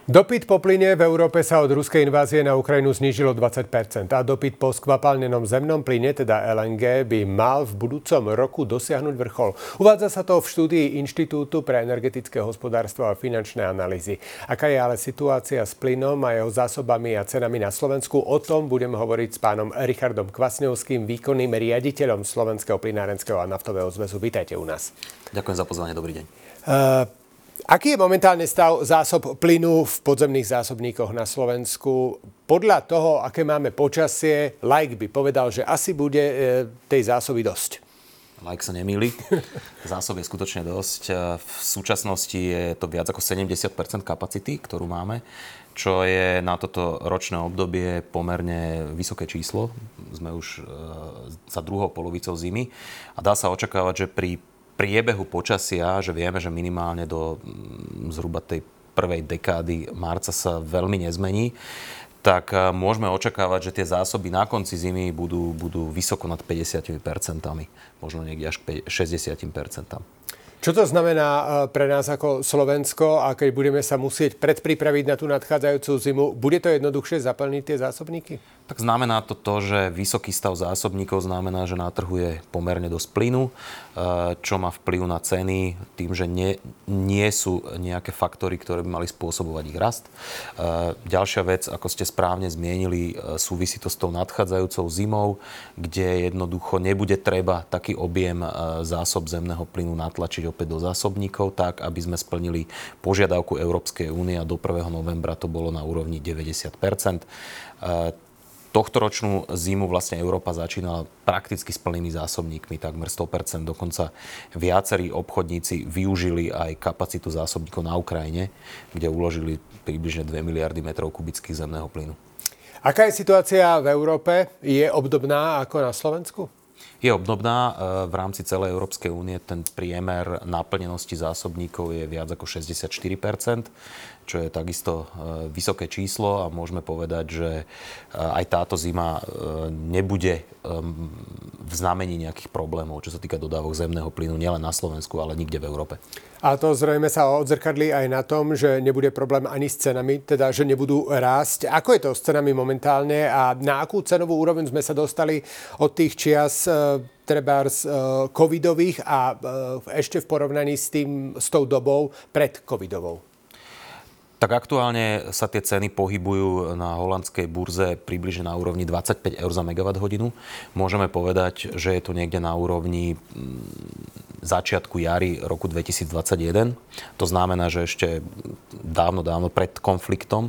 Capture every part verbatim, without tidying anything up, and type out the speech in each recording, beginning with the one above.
Dopyt po plyne v Európe sa od ruskej invázie na Ukrajinu znížilo dvadsať percent a dopyt po skvapalnenom zemnom plyne, teda el en gé, by mal v budúcom roku dosiahnuť vrchol. Uvádza sa to v štúdii Inštitútu pre energetické hospodárstvo a finančné analýzy. Aká je ale situácia s plynom a jeho zásobami a cenami na Slovensku? O tom budem hovoriť s pánom Richardom Kvasňovským, výkonným riaditeľom Slovenského plynárenského a naftového zväzu. Vítajte u nás. Ďakujem za pozvanie, dobrý deň. Uh, Aký je momentálne stav zásob plynu v podzemných zásobníkoch na Slovensku? Podľa toho, aké máme počasie, laik by povedal, že asi bude e, tej zásoby dosť. Laik sa nemýli. Zásob je skutočne dosť. V súčasnosti je to viac ako sedemdesiat percent kapacity, ktorú máme, čo je na toto ročné obdobie pomerne vysoké číslo. Sme už e, za druhou polovicou zimy a dá sa očakávať, že pri priebehu počasia, že vieme, že minimálne do zhruba tej prvej dekády marca sa veľmi nezmení, tak môžeme očakávať, že tie zásoby na konci zimy budú, budú vysoko nad päťdesiat percent, možno niekde až k šesťdesiat percent. Čo to znamená pre nás ako Slovensko a keď budeme sa musieť predpripraviť na tú nadchádzajúcu zimu, bude to jednoduchšie zaplniť tie zásobníky? Tak znamená to to, že vysoký stav zásobníkov znamená, že na trhu je pomerne dosť plynu, čo má vplyv na ceny tým, že nie, nie sú nejaké faktory, ktoré by mali spôsobovať ich rast. Ďalšia vec, ako ste správne zmienili, súvisí to s tou nadchádzajúcou zimou, kde jednoducho nebude treba taký objem zásob zemného plynu natlačiť opäť do zásobníkov, tak aby sme splnili požiadavku Európskej únie a do prvého novembra to bolo na úrovni deväťdesiat percent. Tohtoročnú zimu vlastne Európa začínala prakticky s plnými zásobníkmi, takmer sto percent. Dokonca viacerí obchodníci využili aj kapacitu zásobníkov na Ukrajine, kde uložili približne dve miliardy metrov kubických zemného plynu. Aká je situácia v Európe? Je obdobná ako na Slovensku? Je obdobná. V rámci celej Európskej únie ten priemer naplnenosti zásobníkov je viac ako šesťdesiatštyri percent, čo je takisto vysoké číslo a môžeme povedať, že aj táto zima nebude v znamení nejakých problémov, čo sa týka dodávok zemného plynu nielen na Slovensku, ale nikde v Európe. A to zrejme sa odzrkadlí aj na tom, že nebude problém ani s cenami, teda že nebudú rásť. Ako je to s cenami momentálne a na akú cenovú úroveň sme sa dostali od tých čias trebárs covidových a ešte v porovnaní s tým, s tou dobou pred covidovou? Tak aktuálne sa tie ceny pohybujú na holandskej burze približne na úrovni dvadsaťpäť eur za megawatt hodinu. Môžeme povedať, že je to niekde na úrovni začiatku jary roku dvetisícdvadsaťjeden. To znamená, že ešte dávno, dávno pred konfliktom.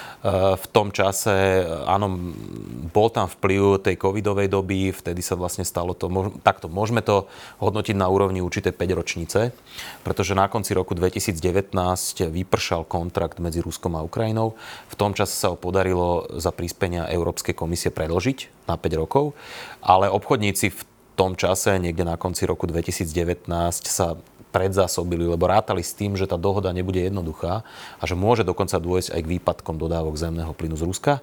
V tom čase, áno, bol tam vplyv tej covidovej doby, vtedy sa vlastne stalo to, takto, môžeme to hodnotiť na úrovni určitej päťročnice, pretože na konci roku dvetisícdevätnásť vypršal kontrakt medzi Ruskom a Ukrajinou. V tom čase sa ho podarilo za prispenia Európskej komisie predĺžiť na päť rokov, ale obchodníci v tom čase, niekde na konci roku dvetisícdevätnásť, sa predzásobili, lebo rátali s tým, že tá dohoda nebude jednoduchá a že môže dokonca dôjsť aj k výpadkom dodávok zemného plynu z Ruska.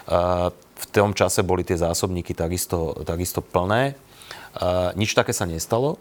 V tom čase boli tie zásobníky takisto, takisto plné. Nič také sa nestalo.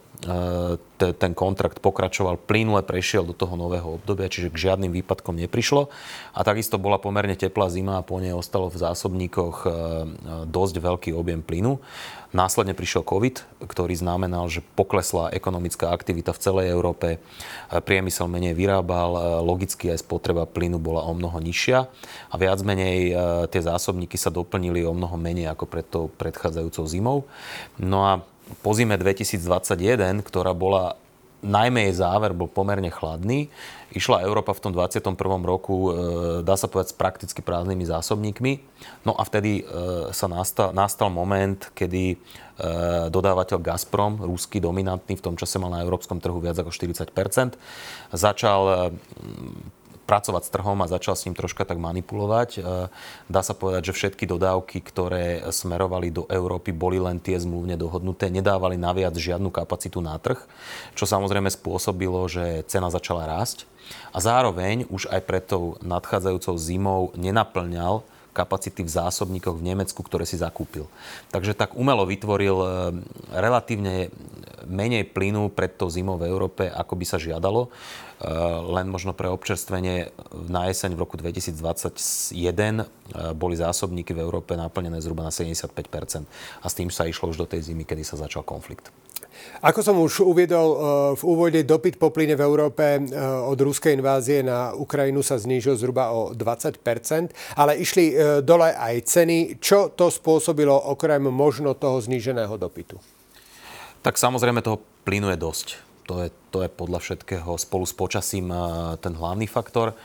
Ten kontrakt pokračoval, plynule prešiel do toho nového obdobia, čiže k žiadnym výpadkom neprišlo. A takisto bola pomerne teplá zima a po nej ostalo v zásobníkoch dosť veľký objem plynu. Následne prišiel COVID, ktorý znamenal, že poklesla ekonomická aktivita v celej Európe. Priemysel menej vyrábal, logicky aj spotreba plynu bola o mnoho nižšia a viac menej tie zásobníky sa doplnili o mnoho menej ako pred tou predchádzajúcou zimou. No a po zime dvetisícdvadsaťjeden, ktorá bola, najmä jej záver bol pomerne chladný, išla Európa v tom dvadsiatom prvom roku, dá sa povedať, s prakticky prázdnymi zásobníkmi. No a vtedy sa nastal, nastal moment, kedy dodávateľ Gazprom, ruský dominantný, v tom čase mal na európskom trhu viac ako štyridsať percent, začal pracovať s trhom a začal s ním troška tak manipulovať. Dá sa povedať, že všetky dodávky, ktoré smerovali do Európy, boli len tie zmluvne dohodnuté, nedávali naviac žiadnu kapacitu na trh, čo samozrejme spôsobilo, že cena začala rásť a zároveň už aj pred tou nadchádzajúcou zimou nenaplňal kapacity v zásobníkoch v Nemecku, ktoré si zakúpil. Takže tak umelo vytvoril relatívne menej plynu pred tou zimou v Európe, ako by sa žiadalo. Len možno pre občerstvenie na jeseň v roku dvetisícdvadsaťjeden boli zásobníky v Európe naplnené zhruba na sedemdesiatpäť percent. A s tým sa išlo už do tej zimy, kedy sa začal konflikt. Ako som už uviedol v úvode, dopyt po plyne v Európe od ruskej invázie na Ukrajinu sa znížil zhruba o dvadsať percent, ale išli dole aj ceny. Čo to spôsobilo okrem možno toho zníženého dopytu? Tak samozrejme toho plynu je dosť. To je, to je podľa všetkého spolu s počasím ten hlavný faktor.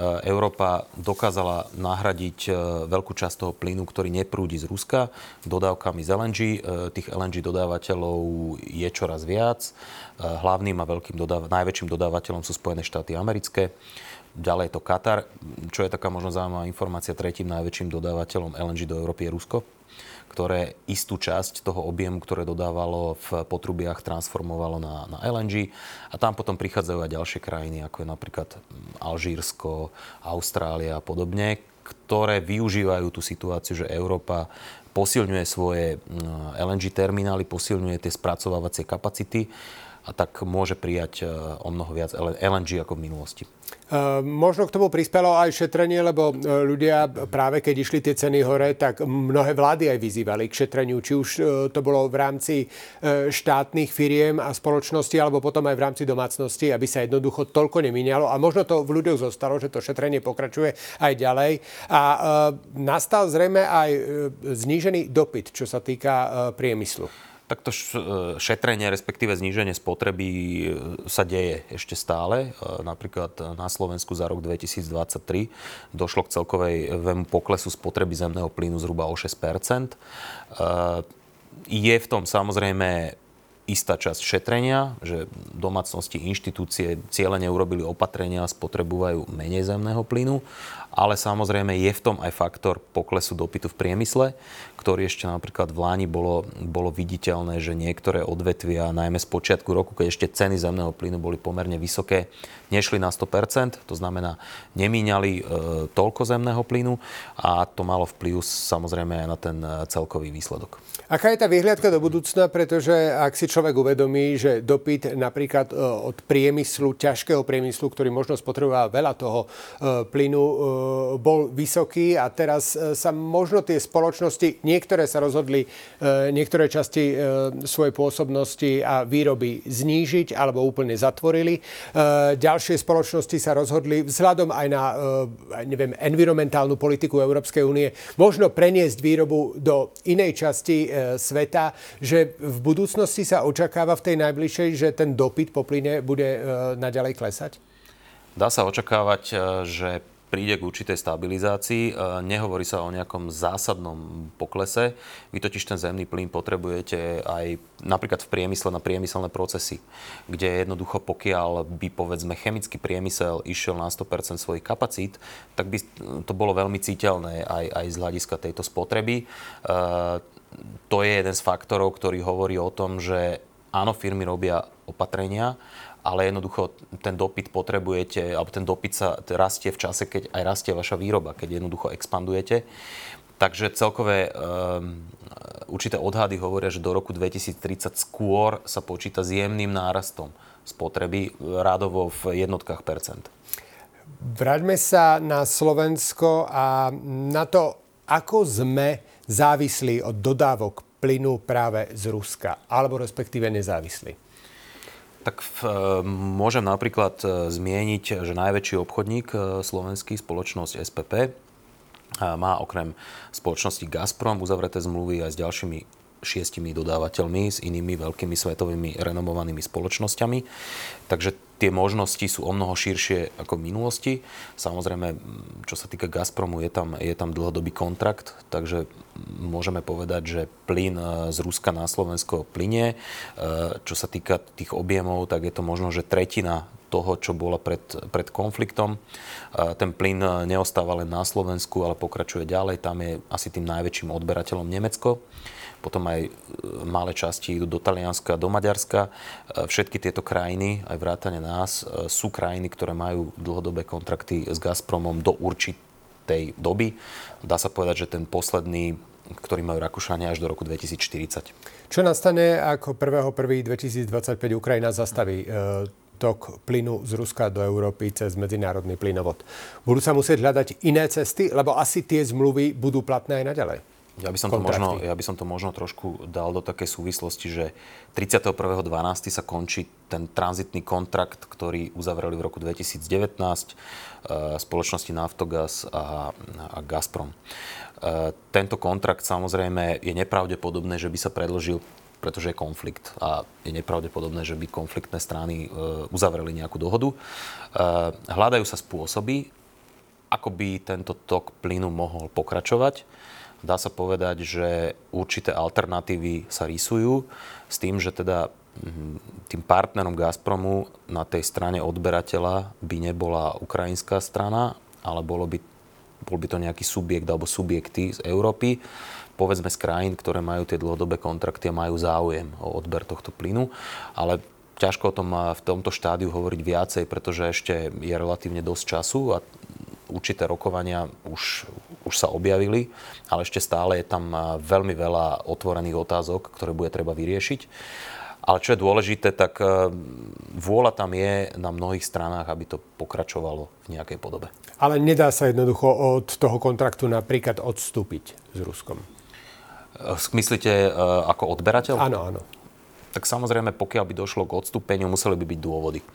Európa dokázala nahradiť veľkú časť toho plynu, ktorý neprúdi z Ruska, dodávkami z el en gé. Tých el en gé dodávateľov je čoraz viac. Hlavným a veľkým dodáva- najväčším dodávateľom sú Spojené štáty americké. Ďalej je to Katar. Čo je taká možno zaujímavá informácia, tretím najväčším dodávateľom el en gé do Európy je Rusko, ktoré istú časť toho objemu, ktoré dodávalo v potrubiach, transformovalo na, na el en gé. A tam potom prichádzajú aj ďalšie krajiny, ako je napríklad Alžírsko, Austrália a podobne, ktoré využívajú tú situáciu, že Európa posilňuje svoje el en gé terminály, posilňuje tie spracovávacie kapacity a tak môže prijať o mnoho viac el en gé ako v minulosti. Možno k tomu prispelo aj šetrenie, lebo ľudia práve keď išli tie ceny hore, tak mnohé vlády aj vyzývali k šetreniu. Či už to bolo v rámci štátnych firiem a spoločností, alebo potom aj v rámci domácnosti, aby sa jednoducho toľko nemíňalo. A možno to v ľuďoch zostalo, že to šetrenie pokračuje aj ďalej. A nastal zrejme aj znížený dopyt, čo sa týka priemyslu. Tak to šetrenie, respektíve zníženie spotreby sa deje ešte stále. Napríklad na Slovensku za rok dvetisícdvadsaťtri došlo k celkovému poklesu spotreby zemného plynu zhruba o šesť percent. Je v tom samozrejme istá časť šetrenia, že domácnosti, inštitúcie cieľene urobili opatrenia a spotrebujú menej zemného plynu, ale samozrejme je v tom aj faktor poklesu dopytu v priemysle, ktorý ešte napríklad v Láni bolo, bolo viditeľné, že niektoré odvetvia, najmä z počiatku roku, keď ešte ceny zemného plynu boli pomerne vysoké, nešli na sto percent, to znamená nemíňali e, toľko zemného plynu a to malo vplyv samozrejme aj na ten celkový výsledok. Aká je tá vyhliadka do budúcna, pretože ak si človek uvedomí, že dopyt napríklad od priemyslu, ťažkého priemyslu, ktorý možno spotreboval veľa toho plynu, bol vysoký a teraz sa možno tie spoločnosti, niektoré sa rozhodli niektoré časti svojej pôsobnosti a výroby znížiť alebo úplne zatvorili. Ďalšie spoločnosti sa rozhodli vzhľadom aj na neviem, environmentálnu politiku Európskej únie možno preniesť výrobu do inej časti sveta, že v budúcnosti sa očakáva v tej najbližšej, že ten dopyt po plyne bude naďalej klesať? Dá sa očakávať, že príde k určitej stabilizácii. Nehovorí sa o nejakom zásadnom poklese. Vy totiž ten zemný plyn potrebujete aj napríklad v priemysle na priemyselné procesy, kde jednoducho pokiaľ by povedzme chemický priemysel išiel na sto percent svojich kapacít, tak by to bolo veľmi citeľné aj, aj z hľadiska tejto spotreby. To je jeden z faktorov, ktorý hovorí o tom, že áno, firmy robia opatrenia, ale jednoducho ten dopyt potrebujete, alebo ten dopyt sa rastie v čase, keď aj rastie vaša výroba, keď jednoducho expandujete. Takže celkové um, určité odhady hovoria, že do roku dvetisíctridsať skôr sa počíta s jemným nárastom spotreby rádovo v jednotkách percent. Vráťme sa na Slovensko a na to, ako sme závislí od dodávok plynu práve z Ruska, alebo respektíve nezávislí. Tak v, môžem napríklad zmieniť, že najväčší obchodník slovenský, spoločnosť es pé pé, má okrem spoločnosti Gazprom uzavreté zmluvy aj s ďalšími šiestimi dodávateľmi, s inými veľkými svetovými renomovanými spoločnosťami. Takže tie možnosti sú o mnoho širšie ako v minulosti. Samozrejme, čo sa týka Gazpromu, je tam, je tam dlhodobý kontrakt, takže môžeme povedať, že plyn z Ruska na Slovensko plynie. Čo sa týka tých objemov, tak je to možno, že tretina toho, čo bolo pred, pred konfliktom. Ten plyn neostáva len na Slovensku, ale pokračuje ďalej. Tam je asi tým najväčším odberateľom Nemecko. Potom aj malé časti idú do Talianska, do Maďarska. Všetky tieto krajiny, aj vrátane nás, sú krajiny, ktoré majú dlhodobé kontrakty s Gazpromom do určitej tej doby. Dá sa povedať, že ten posledný, ktorý majú Rakúšania až do roku dvetisícštyridsať. Čo nastane, ako prvého prvého dvetisícdvadsaťpäť Ukrajina zastaví e, tok plynu z Ruska do Európy cez medzinárodný plynovod? Budú sa musieť hľadať iné cesty, lebo asi tie zmluvy budú platné aj naďalej. Ja by, som to možno, ja by som to možno trošku dal do takej súvislosti, že tridsiateho prvého decembra sa končí ten tranzitný kontrakt, ktorý uzavreli v roku dvetisícdevätnásť e, spoločnosti Naftogaz a, a Gazprom. E, tento kontrakt samozrejme je nepravdepodobné, že by sa predĺžil, pretože je konflikt a je nepravdepodobné, že by konfliktné strany e, uzavreli nejakú dohodu. E, hľadajú sa spôsoby, ako by tento tok plynu mohol pokračovať. Dá sa povedať, že určité alternatívy sa rysujú s tým, že teda tým partnerom Gazpromu na tej strane odberateľa by nebola ukrajinská strana, ale bolo by, bol by to nejaký subjekt alebo subjekty z Európy, povedzme z krajín, ktoré majú tie dlhodobé kontrakty a majú záujem o odber tohto plynu. Ale ťažko o tom v tomto štádiu hovoriť viacej, pretože ešte je relatívne dosť času a určité rokovania už, už sa objavili, ale ešte stále je tam veľmi veľa otvorených otázok, ktoré bude treba vyriešiť. Ale čo je dôležité, tak vôľa tam je na mnohých stranách, aby to pokračovalo v nejakej podobe. Ale nedá sa jednoducho od toho kontraktu napríklad odstúpiť s Ruskom? Myslíte ako odberateľ? Áno, áno. Tak samozrejme, pokiaľ by došlo k odstúpeniu, museli by byť dôvody. E,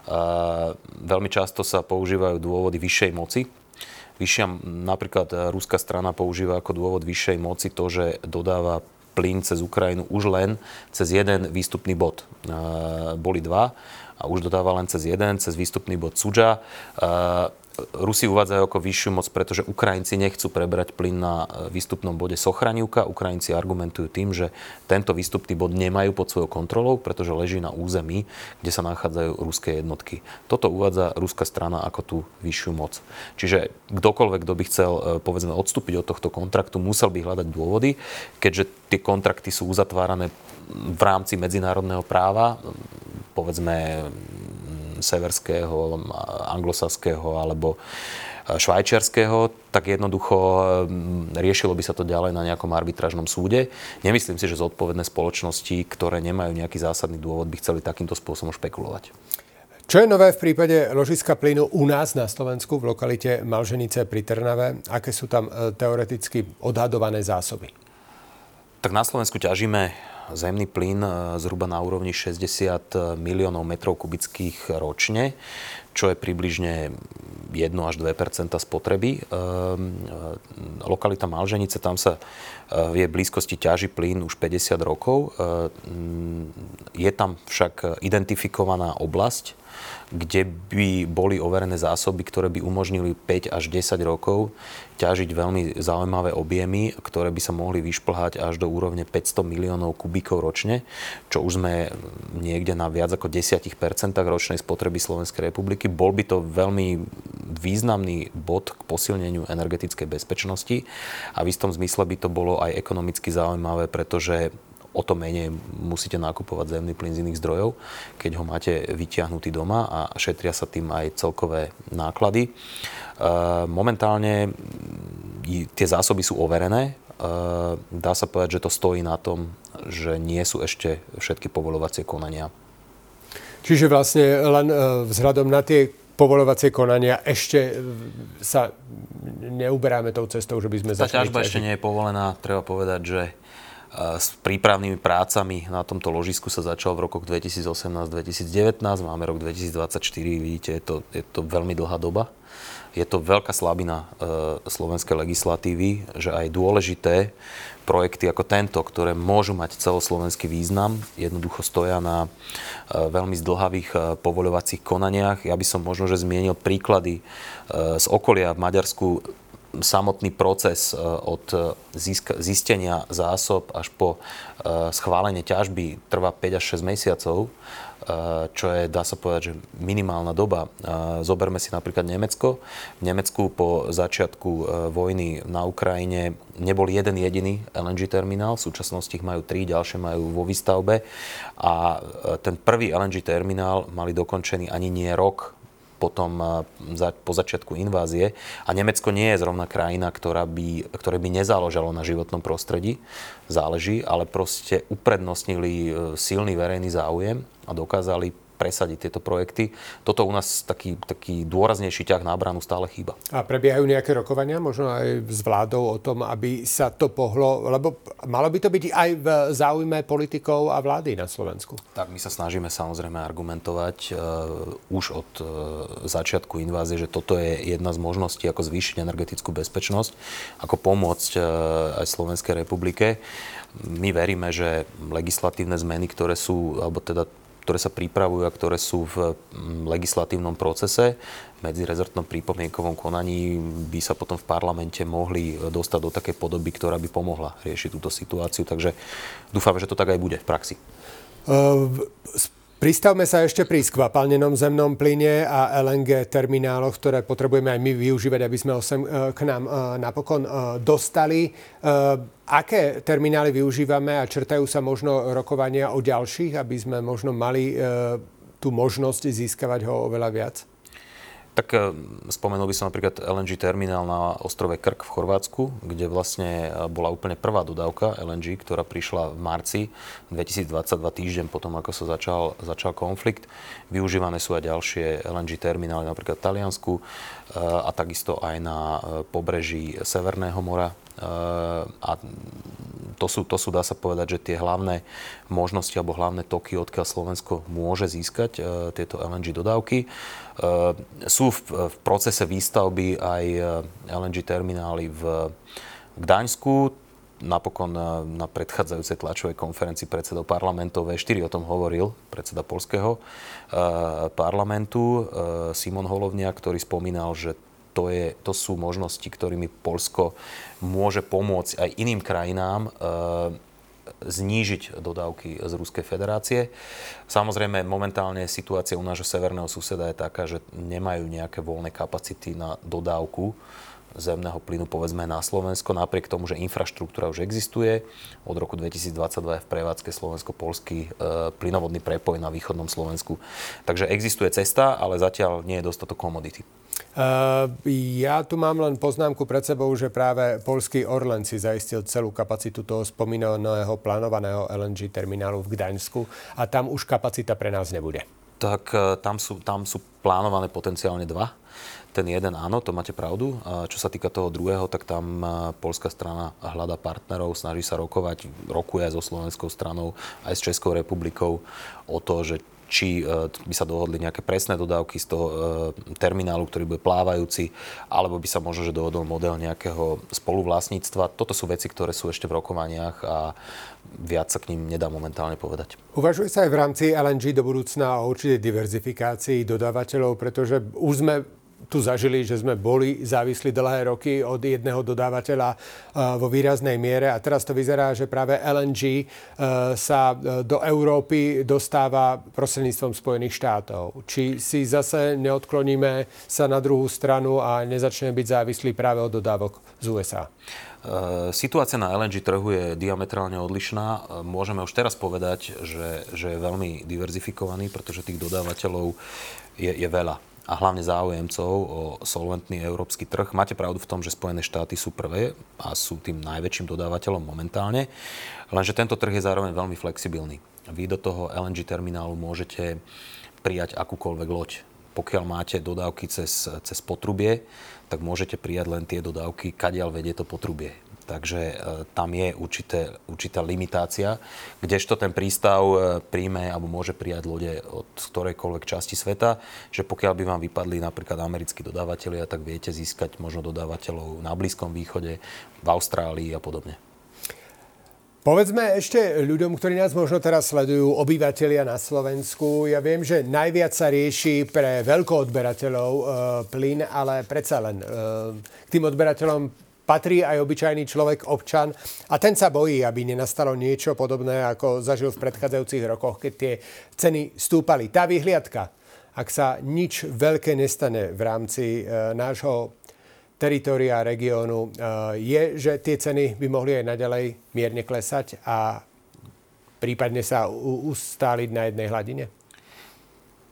veľmi často sa používajú dôvody vyššej moci. Vyššia, napríklad ruská strana používa ako dôvod vyššej moci to, že dodáva plyn cez Ukrajinu už len cez jeden výstupný bod. E, boli dva a už dodáva len cez jeden, cez výstupný bod Sudža. E, Rusi uvádzajú ako vyššiu moc, pretože Ukrajinci nechcú prebrať plyn na výstupnom bode Sochranivka. Ukrajinci argumentujú tým, že tento výstupný bod nemajú pod svojou kontrolou, pretože leží na území, kde sa nachádzajú ruské jednotky. Toto uvádza ruská strana ako tú vyššiu moc. Čiže kdokoľvek, kto by chcel, povedzme, odstúpiť od tohto kontraktu, musel by hľadať dôvody, keďže tie kontrakty sú uzatvárané v rámci medzinárodného práva, povedzme severského, anglosaského alebo švajčiarskeho, tak jednoducho riešilo by sa to ďalej na nejakom arbitrážnom súde. Nemyslím si, že zodpovedné spoločnosti, ktoré nemajú nejaký zásadný dôvod, by chceli takýmto spôsobom špekulovať. Čo je nové v prípade ložiska plynu u nás na Slovensku v lokalite Malženice pri Trnave? Aké sú tam teoreticky odhadované zásoby? Tak na Slovensku ťažíme zemný plyn zhruba na úrovni šesťdesiat miliónov metrov kubických ročne, čo je približne jedno až dve percentá spotreby. Lokalita Malženice, tam sa v jej blízkosti ťaží plyn už päťdesiat rokov. Je tam však identifikovaná oblasť, kde by boli overené zásoby, ktoré by umožnili päť až desať rokov ťažiť veľmi zaujímavé objemy, ktoré by sa mohli vyšplhať až do úrovne päťsto miliónov kubíkov ročne, čo už sme niekde na viac ako desať percent ročnej spotreby Slovenskej republiky. Bol by to veľmi významný bod k posilneniu energetickej bezpečnosti a v istom zmysle by to bolo aj ekonomicky zaujímavé, pretože o to menej musíte nakupovať zemný plyn z iných zdrojov, keď ho máte vytiahnutý doma a šetria sa tým aj celkové náklady. Momentálne tie zásoby sú overené. Dá sa povedať, že to stojí na tom, že nie sú ešte všetky povolovacie konania. Čiže vlastne len vzhľadom na tie povolovacie konania ešte sa neuberáme tou cestou, že by sme začali... Tá ťažba ešte nie je povolená. Treba povedať, že s prípravnými prácami na tomto ložisku sa začalo v rokoch dvetisícosemnásť dvetisícdevätnásť, máme rok dvetisícdvadsaťštyri, vidíte, je to, je to veľmi dlhá doba. Je to veľká slabina e, slovenskej legislatívy, že aj dôležité projekty ako tento, ktoré môžu mať celoslovenský význam, jednoducho stoja na e, veľmi zdĺhavých e, povoľovacích konaniach. Ja by som možno, že zmienil príklady e, z okolia v Maďarsku. Samotný proces od zistenia zásob až po schválenie ťažby trvá päť až šesť mesiacov, čo je, dá sa povedať, že minimálna doba. Zoberme si napríklad Nemecko. V Nemecku po začiatku vojny na Ukrajine nebol jeden jediný el en gé terminál, v súčasnosti ich majú tri, ďalšie majú vo výstavbe a ten prvý el en gé terminál mali dokončený ani nie rok potom za, po začiatku invázie. A Nemecko nie je zrovna krajina, ktorá by, ktoré by nezáležalo na životnom prostredí. Záleží, ale proste uprednostnili silný verejný záujem a dokázali presadiť tieto projekty. Toto u nás taký, taký dôraznejší ťah na bránu stále chýba. A prebiehajú nejaké rokovania, možno aj s vládou o tom, aby sa to pohlo, lebo malo by to byť aj v záujme politikov a vlády na Slovensku? Tak my sa snažíme samozrejme argumentovať uh, už od uh, začiatku invázie, že toto je jedna z možností, ako zvýšiť energetickú bezpečnosť, ako pomôcť uh, aj Slovenskej republike. My veríme, že legislatívne zmeny, ktoré sú, alebo teda ktoré sa pripravujú a ktoré sú v legislatívnom procese, medzirezortnom prípomienkovom konaní by sa potom v parlamente mohli dostať do takej podoby, ktorá by pomohla riešiť túto situáciu. Takže dúfam, že to tak aj bude v praxi. Uh, Pristavme sa ešte pri skvapalnenom zemnom plyne a el en gé termináloch, ktoré potrebujeme aj my využívať, aby sme ho sem k nám napokon dostali. Aké terminály využívame a črtajú sa možno rokovania o ďalších, aby sme možno mali tú možnosť získavať ho oveľa viac? Tak spomenul by som napríklad el en gé terminál na ostrove Krk v Chorvátsku, kde vlastne bola úplne prvá dodávka el en gé, ktorá prišla v marci dvetisícdvadsaťdva, týždeň potom, ako sa začal, začal konflikt. Využívané sú aj ďalšie el en gé terminály, napríklad v Taliansku a takisto aj na pobreží Severného mora. A to sú, to sú, dá sa povedať, že tie hlavné možnosti alebo hlavné toky, odkiaľ Slovensko môže získať tieto el en gé dodávky. Sú v, v procese výstavby aj el en gé terminály v Gdaňsku. Napokon na predchádzajúcej tlačovej konferencii predsedov parlamentov vé štyri o tom hovoril predseda poľského parlamentu Simon Holovňa, ktorý spomínal, že To, je, to sú možnosti, ktorými Poľsko môže pomôcť aj iným krajinám e, znížiť dodávky z Ruskej federácie. Samozrejme, momentálne situácia u nášho severného suseda je taká, že nemajú nejaké voľné kapacity na dodávku zemného plynu, povedzme, na Slovensko, napriek tomu, že infraštruktúra už existuje. Od roku dvetisícdvadsaťdva je v prevádzke slovensko-poľský e, plynovodný prepoj na východnom Slovensku. Takže existuje cesta, ale zatiaľ nie je dostatok komodity. Uh, ja tu mám len poznámku pred sebou, že práve poľský Orlen si zaistil celú kapacitu toho spomínaného plánovaného el en gé terminálu v Gdaňsku a tam už kapacita pre nás nebude. Tak tam sú, tam sú plánované potenciálne dva. Ten jeden áno, to máte pravdu. A čo sa týka toho druhého, tak tam poľská strana hľadá partnerov, snaží sa rokovať, rokuje aj so slovenskou stranou, aj s Českou republikou o to, že či by sa dohodli nejaké presné dodávky z toho terminálu, ktorý bude plávajúci, alebo by sa možno, že dohodol model nejakého spoluvlastníctva. Toto sú veci, ktoré sú ešte v rokovaniach a viac sa k ním nedá momentálne povedať. Uvažuje sa aj v rámci el en gé do budúcna o určitej diverzifikácii dodávateľov, pretože už sme tu zažili, že sme boli závislí dlhé roky od jedného dodávateľa vo výraznej miere a teraz to vyzerá, že práve el en gé sa do Európy dostáva prostredníctvom Spojených štátov. Či si zase neodkloníme sa na druhú stranu a nezačneme byť závislí práve od dodávok z ú es á? Situácia na el en gé trhu je diametrálne odlišná. Môžeme už teraz povedať, že, že je veľmi diverzifikovaný, pretože tých dodávateľov je, je veľa. A hlavne záujemcov o solventný európsky trh. Máte pravdu v tom, že Spojené štáty sú prvé a sú tým najväčším dodávateľom momentálne, lenže tento trh je zároveň veľmi flexibilný. Vy do toho el en gé terminálu môžete prijať akúkoľvek loď. Pokiaľ máte dodávky cez, cez potrubie, tak môžete prijať len tie dodávky, kadiaľ vedie to potrubie. Takže e, tam je určité, určitá limitácia, kdežto ten prístav e, príjme alebo môže prijať lode od ktorejkoľvek časti sveta, že pokiaľ by vám vypadli napríklad americkí dodávateľia, tak viete získať možno dodávateľov na Blízkom východe, v Austrálii a podobne. Povedzme ešte ľuďom, ktorí nás možno teraz sledujú, obyvatelia na Slovensku. Ja viem, že najviac sa rieši pre veľkoodberateľov e, plyn, ale predsa len e, k tým odberateľom patrí aj obyčajný človek, občan a ten sa bojí, aby nenastalo niečo podobné, ako zažil v predchádzajúcich rokoch, keď tie ceny stúpali. Tá vyhliadka, ak sa nič veľké nestane v rámci e, nášho teritória, regiónu, e, je, že tie ceny by mohli aj naďalej mierne klesať a prípadne sa u, ustáliť na jednej hladine?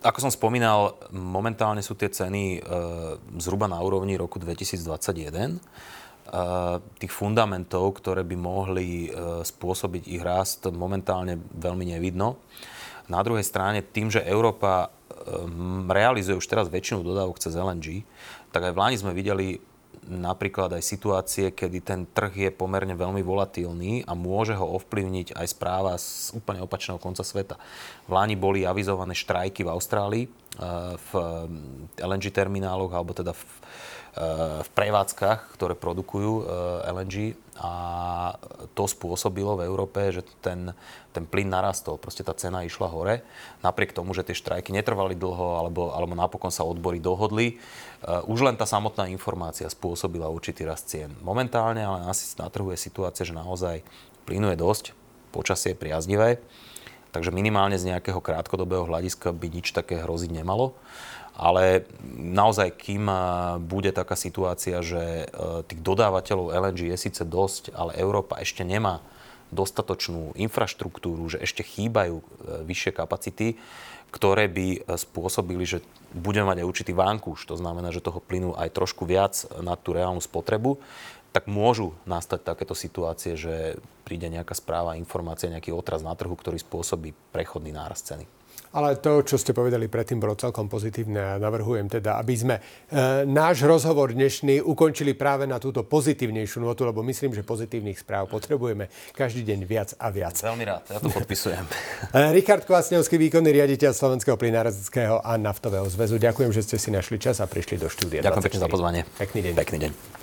Ako som spomínal, momentálne sú tie ceny e, zhruba na úrovni roku dvetisícdvadsaťjeden. E, tých fundamentov, ktoré by mohli e, spôsobiť ich rast, momentálne veľmi nevidno. Na druhej strane, tým, že Európa e, realizuje už teraz väčšinu dodávok cez el en gé, tak aj v Lani sme videli napríklad aj situácie, kedy ten trh je pomerne veľmi volatilný a môže ho ovplyvniť aj správa z úplne opačného konca sveta. V Lani boli avizované štrajky v Austrálii v el en gé termináloch, alebo teda v, v prevádzkach, ktoré produkujú el en gé, a to spôsobilo v Európe, že ten, ten plyn narastol. Proste tá cena išla hore. Napriek tomu, že tie štrajky netrvali dlho, alebo, alebo napokon sa odbory dohodli, uh, už len tá samotná informácia spôsobila určitý rast cien. Momentálne ale asi na trhu je situácia, že naozaj plynu je dosť, počasie je priaznivé, takže minimálne z nejakého krátkodobého hľadiska by nič také hroziť nemalo. Ale naozaj, kým bude taká situácia, že tých dodávateľov el en gé je síce dosť, ale Európa ešte nemá dostatočnú infraštruktúru, že ešte chýbajú vyššie kapacity, ktoré by spôsobili, že budeme mať aj určitý vankúš, to znamená, že toho plynu aj trošku viac na tú reálnu spotrebu, tak môžu nastať takéto situácie, že príde nejaká správa, informácia, nejaký otraz na trhu, ktorý spôsobí prechodný nárast ceny. Ale to, čo ste povedali predtým, bolo celkom pozitívne a navrhujem teda, aby sme e, náš rozhovor dnešný ukončili práve na túto pozitívnejšiu notu, lebo myslím, že pozitívnych správ potrebujeme každý deň viac a viac. Veľmi rád, ja to podpisujem. Richard Kvasňovský, výkonný riaditeľ Slovenského plynárenského a naftového zväzu. Ďakujem, že ste si našli čas a prišli do štúdia. Ďakujem pekne za pozvanie. Pekný deň. Pekný deň.